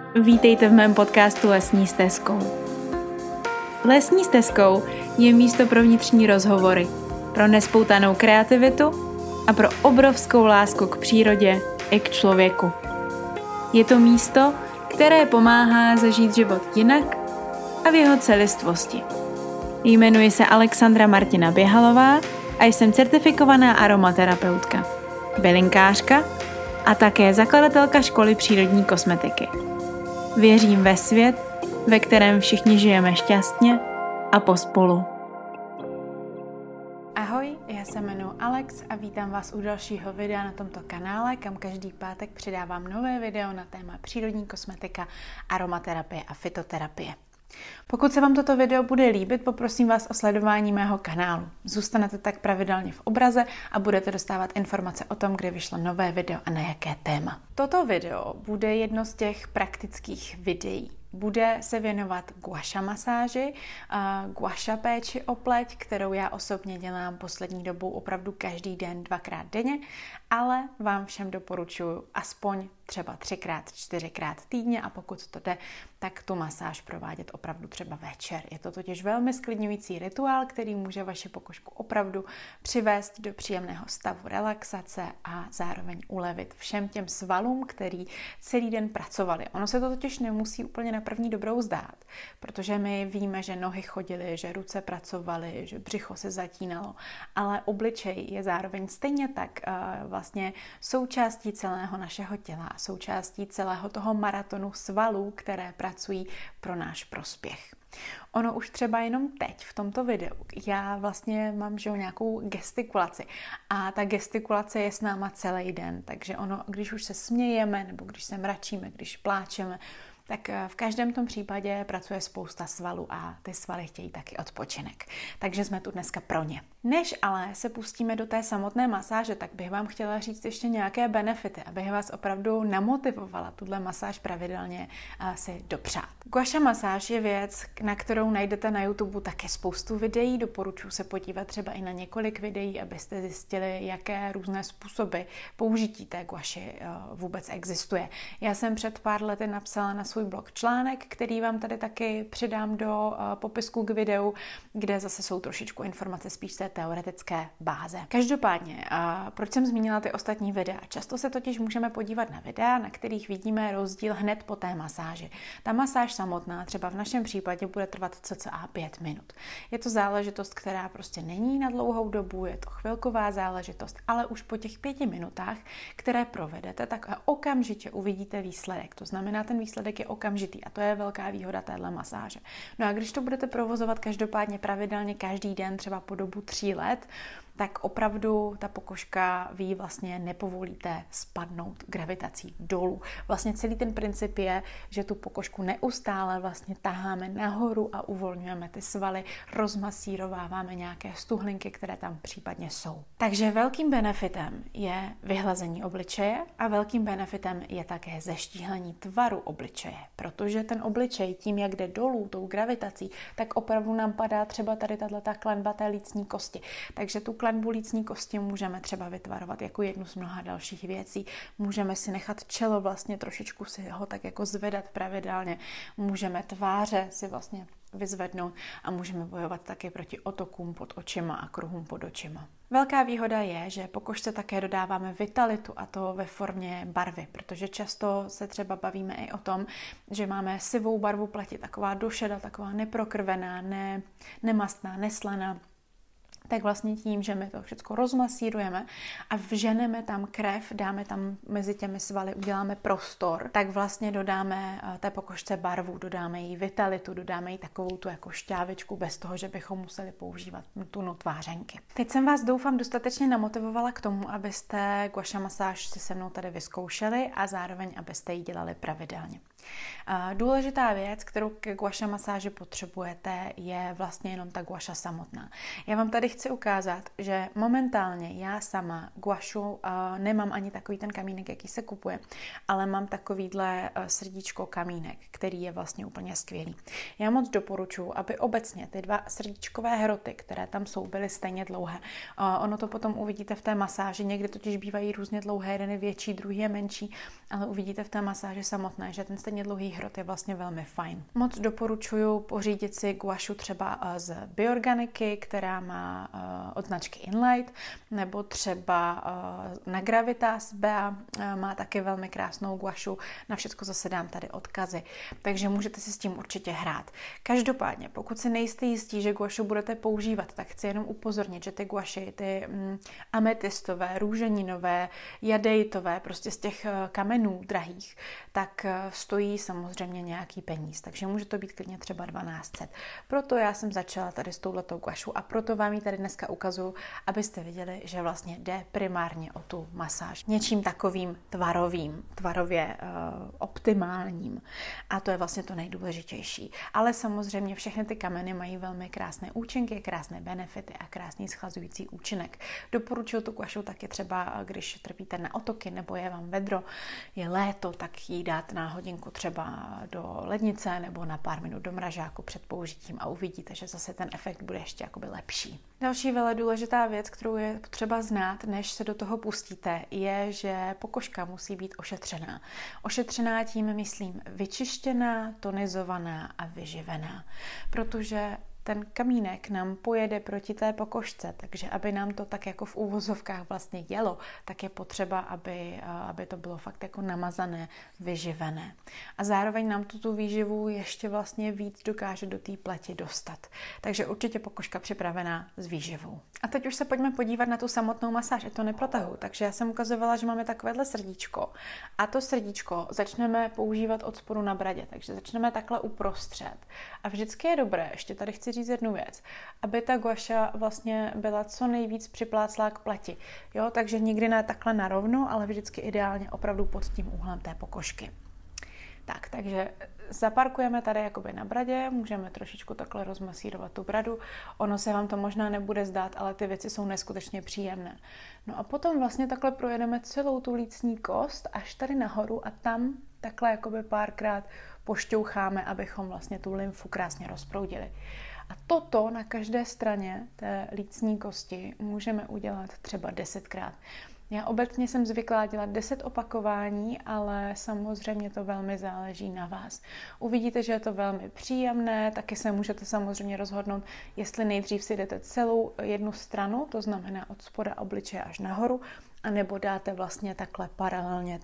Vítejte v mém podcastu Lesní stezkou. Lesní stezkou je místo pro vnitřní rozhovory, pro nespoutanou kreativitu a pro obrovskou lásku k přírodě i k člověku. Je to místo, které pomáhá zažít život jinak a v jeho celistvosti. Jmenuji se Alexandra Martina Běhalová a jsem certifikovaná aromaterapeutka, bylinkářka a také zakladatelka školy přírodní kosmetiky. Věřím ve svět, ve kterém všichni žijeme šťastně a pospolu. Ahoj, já se jmenuji Alex a vítám vás u dalšího videa na tomto kanále, kam každý pátek přidávám nové video na téma přírodní kosmetika, aromaterapie a fytoterapie. Pokud se vám toto video bude líbit, poprosím vás o sledování mého kanálu. Zůstanete tak pravidelně v obraze a budete dostávat informace o tom, kdy vyšlo nové video a na jaké téma. Toto video bude jedno z těch praktických videí. Bude se věnovat guaša masáži, guaša péči o pleť, kterou já osobně dělám poslední dobou opravdu každý den, 2x denně, ale vám všem doporučuji aspoň třeba 3x, 4x týdně a pokud to jde, tak tu masáž provádět opravdu třeba večer. Je to totiž velmi sklidňující rituál, který může vaši pokožku opravdu přivést do příjemného stavu relaxace a zároveň ulevit všem těm svalům, který celý den pracovali. Ono se to totiž nemusí úplně na první dobrou zdát, protože my víme, že nohy chodily, že ruce pracovaly, že břicho se zatínalo, ale obličej je zároveň stejně tak vlastně součástí celého našeho těla, součástí celého toho maratonu svalů, které pracují pro náš prospěch. Ono už třeba jenom teď v tomto videu, já vlastně mám nějakou gestikulaci a ta gestikulace je s náma celý den, takže ono, když už se smějeme nebo když se mračíme, když pláčeme, tak v každém tom případě pracuje spousta svalů a ty svaly chtějí taky odpočinek. Takže jsme tu dneska pro ně. Než ale se pustíme do té samotné masáže, tak bych vám chtěla říct ještě nějaké benefity, abych vás opravdu namotivovala tuhle masáž pravidelně si dopřát. Guaša masáž je věc, na kterou najdete na YouTube taky spoustu videí. Doporučuji se podívat třeba i na několik videí, abyste zjistili, jaké různé způsoby použití té guaši vůbec existuje. Já jsem před pár lety napsala na svůj blog článek, který vám tady taky přidám do popisku k videu, kde zase jsou trošičku informace spíš té teoretické báze. Každopádně, proč jsem zmínila ty ostatní videa? Často se totiž můžeme podívat na videa, na kterých vidíme rozdíl hned po té masáži. Ta masáž samotná třeba v našem případě bude trvat cca 5 minut. Je to záležitost, která prostě není na dlouhou dobu, je to chvilková záležitost, ale už po těch 5 minutách, které provedete, tak okamžitě uvidíte výsledek. To znamená, ten výsledek je okamžitý a to je velká výhoda téhle masáže. No a když to budete provozovat každopádně pravidelně každý den, třeba po dobu 3 let, tak opravdu ta pokožka vy vlastně nepovolíte spadnout gravitací dolů. Vlastně celý ten princip je, že tu pokožku neustále vlastně taháme nahoru a uvolňujeme ty svaly, rozmasírováváme nějaké stuhlinky, které tam případně jsou. Takže velkým benefitem je vyhlazení obličeje a velkým benefitem je také zeštíhlení tvaru obličeje, protože ten obličej tím, jak jde dolů tou gravitací, tak opravdu nám padá třeba tady tato klenba té lícní kosti. Takže tu klenbu lícní kosti můžeme třeba vytvarovat jako jednu z mnoha dalších věcí. Můžeme si nechat čelo vlastně trošičku si ho tak jako zvedat pravidelně. Můžeme tváře si vlastně vyzvednout a můžeme bojovat také proti otokům pod očima a kruhům pod očima. Velká výhoda je, že pokožce také dodáváme vitalitu a to ve formě barvy, protože často se třeba bavíme i o tom, že máme sivou barvu pleti, taková došeda, taková neprokrvená, nemastná, neslaná. Tak vlastně tím, že my to všechno rozmasírujeme a vženeme tam krev, dáme tam mezi těmi svaly, uděláme prostor, tak vlastně dodáme té pokožce barvu, dodáme jí vitalitu, dodáme jí takovou tu jako šťávičku bez toho, že bychom museli používat tu tvářenky. Teď jsem vás doufám dostatečně namotivovala k tomu, abyste guaša masáž si se mnou tady vyzkoušeli a zároveň abyste ji dělali pravidelně. Důležitá věc, kterou ke guaša masáži potřebujete, je vlastně jenom ta guaša samotná. Já vám tady chci ukázat, že momentálně já sama guašu nemám ani takový ten kamínek, jaký se kupuje, ale mám takovýhle srdíčko kamínek, který je vlastně úplně skvělý. Já moc doporučuji, aby obecně ty 2 srdíčkové hroty, které tam jsou, byly stejně dlouhé. Ono to potom uvidíte v té masáži, někdy totiž bývají různě dlouhé, jeden je větší, druhý je menší, ale uvidíte v té masáži samotné, že ten stejně dlouhý hrot je vlastně velmi fajn. Moc doporučuji pořídit si guašu třeba z Byorganiky, která má od značky Inlight, nebo třeba na Gravitas Bea má taky velmi krásnou guašu. Na všecko zase dám tady odkazy, takže můžete si s tím určitě hrát. Každopádně, pokud si nejste jistí, že guašu budete používat, tak chci jenom upozornit, že ty guaši, ty ametystové, růženinové, jadejtové, prostě z těch kamenů drahých, tak stojí samozřejmě nějaký peníz, takže může to být klidně třeba 1200. Proto já jsem začala tady s touhletou guašu a proto vám ji tady dneska ukazuju, abyste viděli, že vlastně jde primárně o tu masáž. Něčím takovým tvarově optimálním. A to je vlastně to nejdůležitější. Ale samozřejmě všechny ty kameny mají velmi krásné účinky, krásné benefity a krásný schlazující účinek. Doporučuji tu guašu taky třeba, když trpíte na otoky nebo je vám vedro, je léto, tak ji dát na hodinku třeba do lednice nebo na pár minut do mrazáku před použitím a uvidíte, že zase ten efekt bude ještě jakoby lepší. Další velmi důležitá věc, kterou je potřeba znát, než se do toho pustíte, je, že pokožka musí být ošetřená. Ošetřená tím myslím vyčištěná, tonizovaná a vyživená, protože ten kamínek nám pojede proti té pokožce, takže aby nám to tak jako v úvozovkách vlastně jelo, tak je potřeba, aby to bylo fakt jako namazané, vyživené. A zároveň nám tu výživu ještě vlastně víc dokáže do té pleti dostat. Takže určitě pokožka připravená s výživou. A teď už se pojďme podívat na tu samotnou masáž, to neprotahuji. Takže já jsem ukazovala, že máme takovéhle srdíčko a to srdíčko začneme používat od spodu na bradě, takže začneme takhle uprostřed. A vždycky je dobré, ještě tady chci říct jednu věc, aby ta guaša vlastně byla co nejvíc připláclá k pleti. Jo, takže nikdy ne takhle narovno, ale vždycky ideálně opravdu pod tím úhlem té pokožky. Tak, takže zaparkujeme tady jakoby na bradě, můžeme trošičku takhle rozmasírovat tu bradu. Ono se vám to možná nebude zdát, ale ty věci jsou neskutečně příjemné. No a potom vlastně takhle projedeme celou tu lícní kost až tady nahoru a tam takhle jakoby párkrát pošťoucháme, abychom vlastně tu lymfu krásně rozproudili. A toto na každé straně té lícní kosti můžeme udělat třeba 10krát. Já obecně jsem zvyklá dělat 10 opakování, ale samozřejmě to velmi záleží na vás. Uvidíte, že je to velmi příjemné, taky se můžete samozřejmě rozhodnout, jestli nejdřív si jdete celou jednu stranu, to znamená od spoda obličeje až nahoru, anebo dáte vlastně takhle paralelně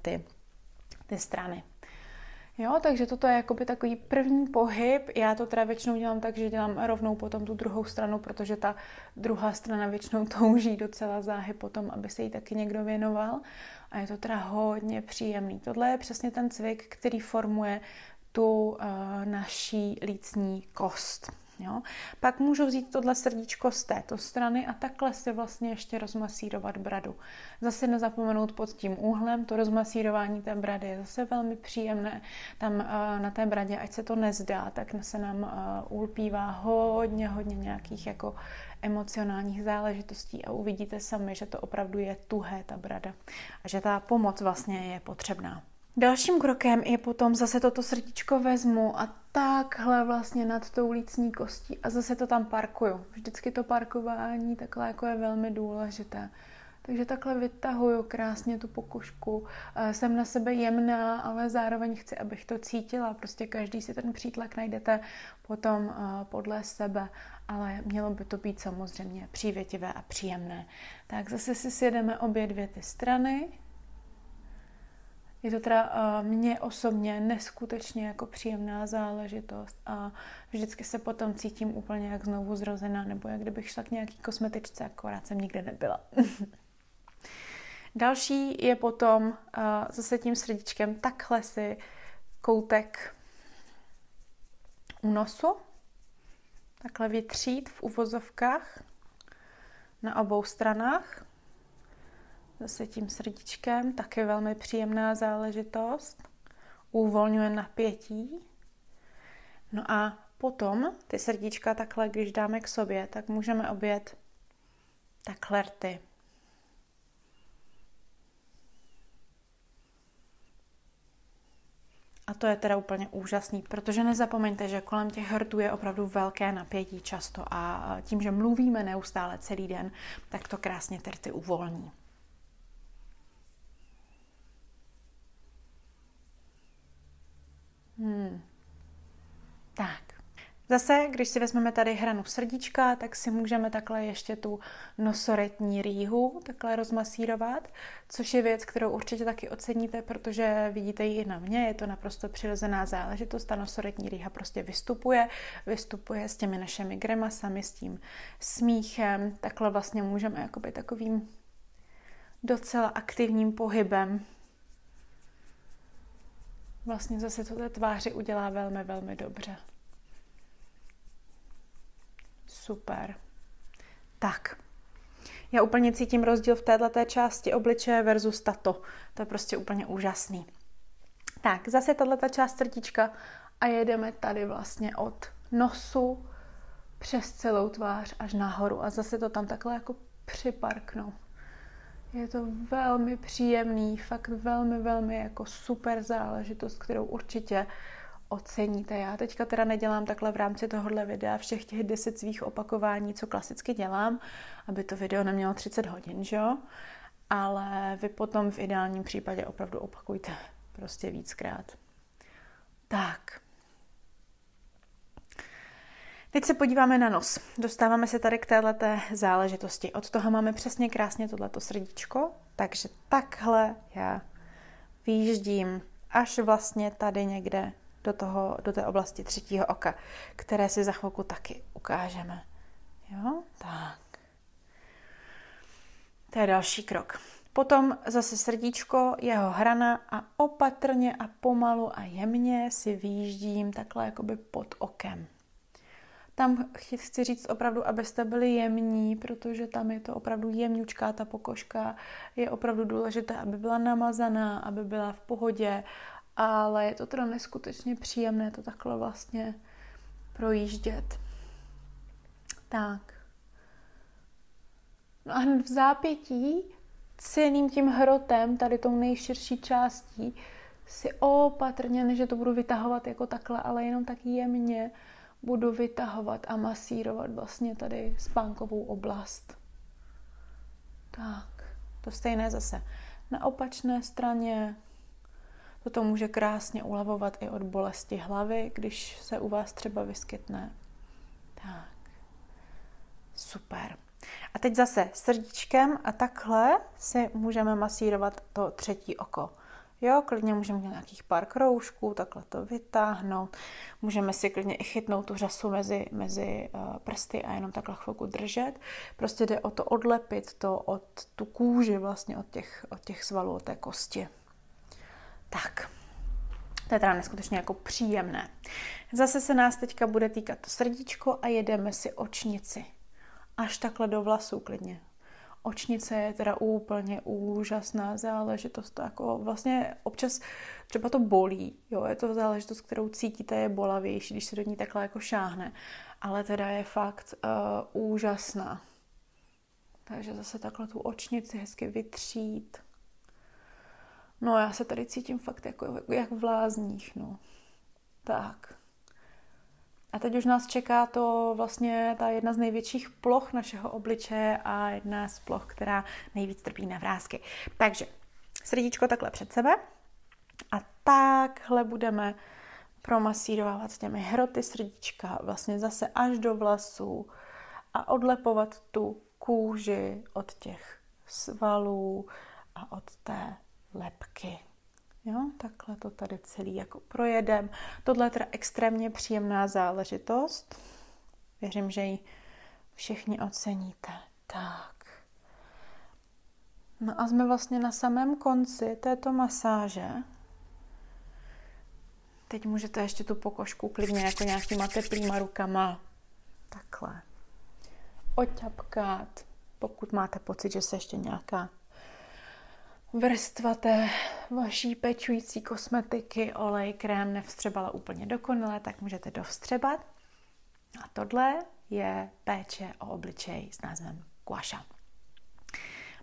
ty strany. Jo, takže toto je jakoby takový první pohyb. Já to teda většinou dělám tak, že dělám rovnou potom tu druhou stranu, protože ta druhá strana většinou touží docela záhy potom, aby se jí taky někdo věnoval. A je to teda hodně příjemný. Tohle je přesně ten cvik, který formuje tu naší lícní kost. Jo? Pak můžu vzít tohle srdíčko z této strany a takhle si vlastně ještě rozmasírovat bradu. Zase nezapomenout pod tím úhlem, to rozmasírování té brady je zase velmi příjemné. Tam na té bradě, ať se to nezdá, tak se nám ulpívá hodně nějakých jako emocionálních záležitostí a uvidíte sami, že to opravdu je tuhé ta brada a že ta pomoc vlastně je potřebná. Dalším krokem je potom zase toto srdíčko vezmu a takhle vlastně nad tou lícní kostí a zase to tam parkuju. Vždycky to parkování takhle jako je velmi důležité. Takže takhle vytahuju krásně tu pokožku. Jsem na sebe jemná, ale zároveň chci, abych to cítila. Prostě každý si ten přítlak najdete potom podle sebe, ale mělo by to být samozřejmě přívětivé a příjemné. Tak zase si sjedeme obě dvě ty strany. Je to teda mně osobně neskutečně jako příjemná záležitost a vždycky se potom cítím úplně jak znovu zrozená, nebo jak kdybych šla k nějaký kosmetičce, akorát jsem nikdy nebyla. Další je potom zase tím srdíčkem takhle si koutek u nosu, takhle vytřít v uvozovkách na obou stranách. Zase tím srdíčkem, taky velmi příjemná záležitost. Uvolňuje napětí. No a potom ty srdíčka takhle, když dáme k sobě, tak můžeme objet takhle rty. A to je teda úplně úžasný, protože nezapomeňte, že kolem těch hrtů je opravdu velké napětí často a tím, že mluvíme neustále celý den, tak to krásně ty rty uvolní. Tak. Zase, když si vezmeme tady hranu srdíčka, tak si můžeme takhle ještě tu nosoretní rýhu takhle rozmasírovat, což je věc, kterou určitě taky oceníte, protože vidíte ji i na mě, je to naprosto přirozená záležitost, ta nosoretní rýha prostě vystupuje s těmi našimi grimasami, s tím smíchem, takhle vlastně můžeme jakoby takovým docela aktivním pohybem vlastně zase to té tváři udělá velmi, velmi dobře. Super. Tak. Já úplně cítím rozdíl v této části obličeje versus tato. To je prostě úplně úžasný. Tak, zase tato část srdíčka a jedeme tady vlastně od nosu přes celou tvář až nahoru a zase to tam takhle jako připarknu. Je to velmi příjemný, fakt velmi, velmi jako super záležitost, kterou určitě oceníte. Já teďka teda nedělám takhle v rámci tohohle videa všech těch 10 svých opakování, co klasicky dělám, aby to video nemělo 30 hodin, že jo? Ale vy potom v ideálním případě opravdu opakujte prostě víckrát. Tak. Teď se podíváme na nos. Dostáváme se tady k této záležitosti. Od toho máme přesně krásně tohleto srdíčko, takže takhle já výjíždím až vlastně tady někde do té oblasti třetího oka, které si za chvilku taky ukážeme. Jo? Tak. To je další krok. Potom zase srdíčko, jeho hrana a opatrně a pomalu a jemně si vyjíždím takhle jakoby pod okem. Tam chci říct opravdu, abyste byli jemní, protože tam je to opravdu jemňučká ta pokožka. Je opravdu důležité, aby byla namazaná, aby byla v pohodě, ale je to teda neskutečně příjemné to takhle vlastně projíždět. Tak. No a hned v zápětí celým tím hrotem, tady tou nejširší částí, si opatrně, než to budu vytahovat jako takhle, ale jenom tak jemně, budu vytahovat a masírovat vlastně tady spánkovou oblast. Tak, to stejné zase na opačné straně. Toto může krásně ulevovat i od bolesti hlavy, když se u vás třeba vyskytne. Tak, super. A teď zase srdíčkem a takhle si můžeme masírovat to třetí oko. Jo, klidně můžeme mít nějakých pár kroužků, takhle to vytáhnout. Můžeme si klidně i chytnout tu řasu mezi prsty a jenom takhle chvilku držet. Prostě jde o to odlepit to od tu kůži vlastně od těch svalů, od té kosti. Tak, to je teda neskutečně jako příjemné. Zase se nás teďka bude týkat to srdíčko a jedeme si očnici. Až takhle do vlasů klidně. Očnice je teda úplně úžasná záležitost. To jako vlastně občas třeba to bolí. Jo, je to záležitost, kterou cítíte, je bolavější, když se do ní takhle jako šáhne. Ale teda je fakt úžasná. Takže zase takhle tu očnici hezky vytřít. No já se tady cítím fakt jako jak v lázních, no. Tak. A teď už nás čeká to vlastně ta jedna z největších ploch našeho obličeje a jedna z ploch, která nejvíc trpí na vrásky. Takže srdíčko takhle před sebe a takhle budeme promasírovat těmi hroty srdíčka vlastně zase až do vlasů a odlepovat tu kůži od těch svalů a od té lebky. Jo, takhle to tady celý jako projedem. Tohle je teda extrémně příjemná záležitost. Věřím, že ji všichni oceníte. Tak. No a jsme vlastně na samém konci této masáže. Teď můžete ještě tu pokožku klidně jako nějakýma teplýma rukama takhle oťapkat, pokud máte pocit, že se ještě nějaká vrstva té vaší pečující kosmetiky, olej, krém nevstřebala úplně dokonale, tak můžete dovstřebat. A tohle je péče o obličej s názvem gua sha.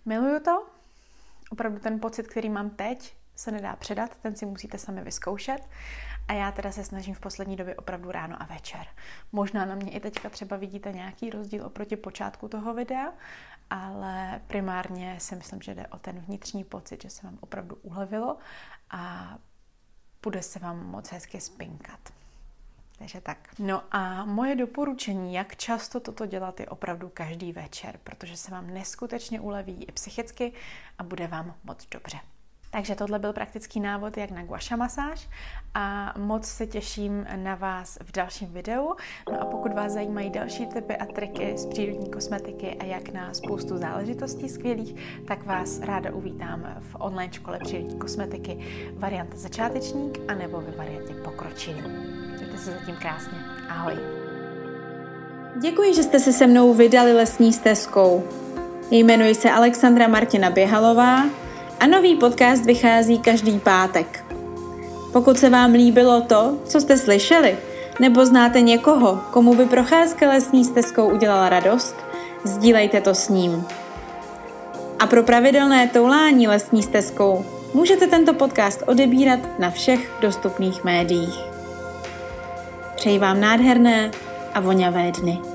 Miluju to. Opravdu ten pocit, který mám teď, se nedá předat, ten si musíte sami vyzkoušet. A já teda se snažím v poslední době opravdu ráno a večer. Možná na mě i teďka třeba vidíte nějaký rozdíl oproti počátku toho videa, ale primárně si myslím, že jde o ten vnitřní pocit, že se vám opravdu ulevilo a bude se vám moc hezky spinkat. Takže tak. No a moje doporučení, jak často toto dělat, je opravdu každý večer, protože se vám neskutečně uleví i psychicky a bude vám moc dobře. Takže tohle byl praktický návod, jak na gua sha masáž a moc se těším na vás v dalším videu. No a pokud vás zajímají další tipy a triky z přírodní kosmetiky a jak na spoustu záležitostí skvělých, tak vás ráda uvítám v online škole přírodní kosmetiky varianta začátečník anebo ve variantě pokročilý. Mějte se zatím krásně. Ahoj. Děkuji, že jste se se mnou vydali lesní stezkou. Jmenuji se Alexandra Martina Běhalová a nový podcast vychází každý pátek. Pokud se vám líbilo to, co jste slyšeli, nebo znáte někoho, komu by procházka lesní stezkou udělala radost, sdílejte to s ním. A pro pravidelné toulání lesní stezkou můžete tento podcast odebírat na všech dostupných médiích. Přeji vám nádherné a voňavé dny.